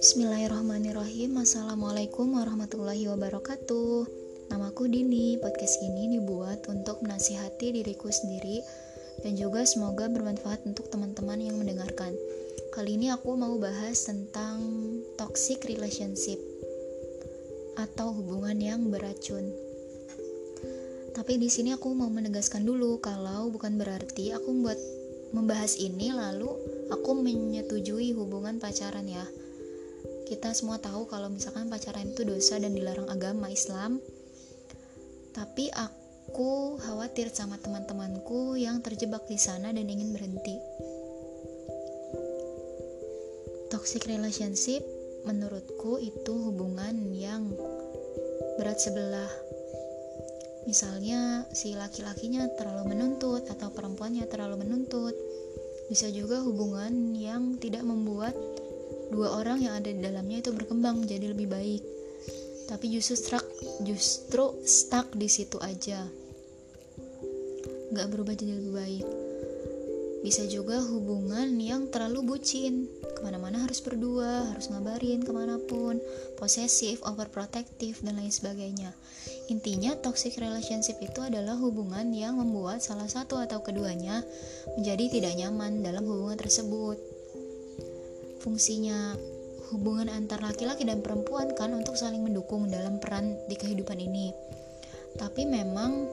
Bismillahirrahmanirrahim. Assalamualaikum warahmatullahi wabarakatuh. Namaku Dini. Podcast ini dibuat untuk menasihati diriku sendiri dan juga semoga bermanfaat untuk teman-teman yang mendengarkan. Kali ini aku mau bahas tentang toxic relationship atau hubungan yang beracun. Tapi di sini aku mau menegaskan dulu kalau bukan berarti aku membahas ini lalu aku menyetujui hubungan pacaran ya. Kita semua tahu kalau misalkan pacaran itu dosa dan dilarang agama Islam. Tapi aku khawatir sama teman-temanku yang terjebak di sana dan ingin berhenti. Toxic relationship menurutku itu hubungan yang berat sebelah. Misalnya si laki-lakinya terlalu menuntut atau perempuannya terlalu menuntut. Bisa juga hubungan yang tidak membuat dua orang yang ada di dalamnya itu berkembang jadi lebih baik, tapi justru stuck di situ aja, nggak berubah jadi lebih baik. Bisa juga hubungan yang terlalu bucin, kemana-mana harus berdua, harus ngabarin kemanapun, posesif, overprotective, dan lain sebagainya. Intinya toxic relationship itu adalah hubungan yang membuat salah satu atau keduanya menjadi tidak nyaman dalam hubungan tersebut. Fungsinya hubungan antar laki-laki dan perempuan kan untuk saling mendukung dalam peran di kehidupan ini. Tapi memang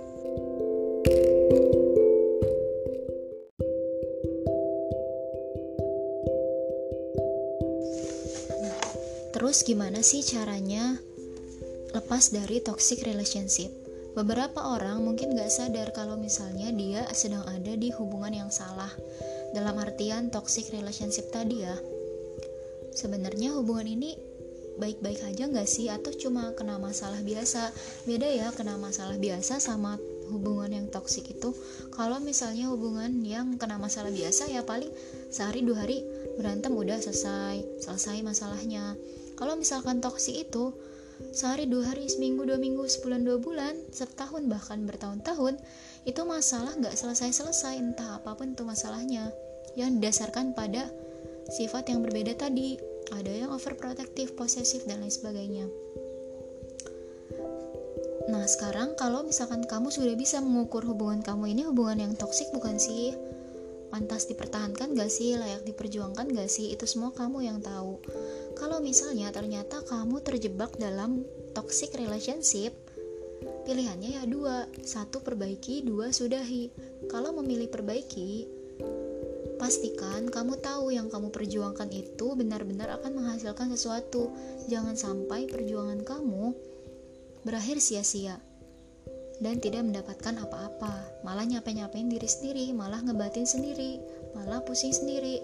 terus gimana sih caranya lepas dari toxic relationship? Beberapa orang mungkin gak sadar kalau misalnya dia sedang ada di hubungan yang salah. Dalam artian toxic relationship tadi ya. Sebenarnya hubungan ini baik-baik aja gak sih? Atau cuma kena masalah biasa? Beda ya kena masalah biasa sama hubungan yang toksik itu. Kalau misalnya hubungan yang kena masalah biasa ya paling sehari 2 hari berantem udah selesai masalahnya. Kalau misalkan toksik itu sehari 2 hari, seminggu 2 minggu, sebulan 2 bulan, setahun bahkan bertahun-tahun, itu masalah gak selesai-selesai, entah apapun itu masalahnya, yang didasarkan pada sifat yang berbeda tadi. Ada yang overprotective, posesif, dan lain sebagainya. Nah sekarang kalau misalkan kamu sudah bisa mengukur hubungan kamu ini hubungan yang toksik bukan sih? Pantas dipertahankan gak sih? Layak diperjuangkan gak sih? Itu semua kamu yang tahu. Kalau misalnya ternyata kamu terjebak dalam toxic relationship, pilihannya ya 2. 1 perbaiki, 2 sudahi. Kalau memilih perbaiki, pastikan kamu tahu yang kamu perjuangkan itu benar-benar akan menghasilkan sesuatu. Jangan sampai perjuangan kamu berakhir sia-sia dan tidak mendapatkan apa-apa. Malah nyapain diri sendiri, malah ngebatin sendiri, malah pusing sendiri.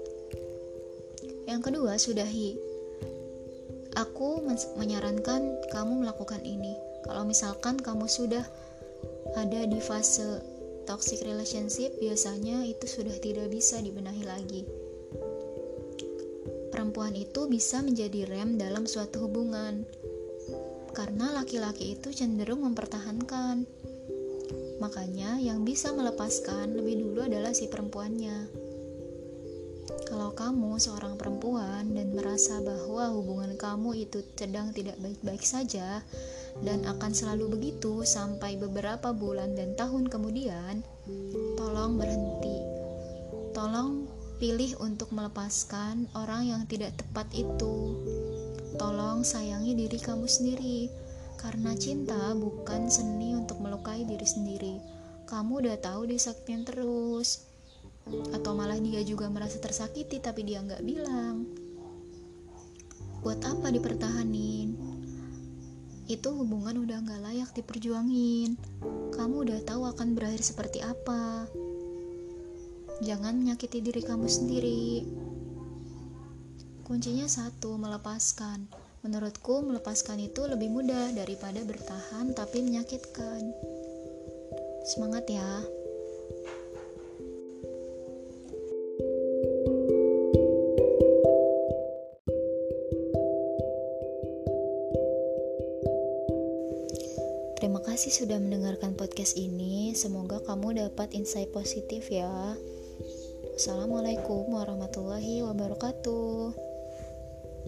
Yang kedua, sudahi. Aku menyarankan kamu melakukan ini. Kalau misalkan kamu sudah ada di fase toxic relationship, biasanya itu sudah tidak bisa dibenahi lagi. Perempuan itu bisa menjadi rem dalam suatu hubungan, karena laki-laki itu cenderung mempertahankan. Makanya yang bisa melepaskan lebih dulu adalah si perempuannya. Kalau kamu seorang perempuan dan merasa bahwa hubungan kamu itu sedang tidak baik-baik saja dan akan selalu begitu sampai beberapa bulan dan tahun kemudian, tolong berhenti. Tolong pilih untuk melepaskan orang yang tidak tepat itu. Tolong sayangi diri kamu sendiri, karena cinta bukan seni untuk melukai diri sendiri. Kamu udah tahu disakitin terus, atau malah dia juga merasa tersakiti tapi dia gak bilang. Buat apa dipertahanin? Itu hubungan udah gak layak diperjuangin. Kamu udah tahu akan berakhir seperti apa. Jangan menyakiti diri kamu sendiri. Kuncinya 1, melepaskan. Menurutku melepaskan itu lebih mudah daripada bertahan tapi menyakitkan. Semangat ya. Terima kasih sudah mendengarkan podcast ini. Semoga kamu dapat insight positif ya. Assalamualaikum warahmatullahi wabarakatuh.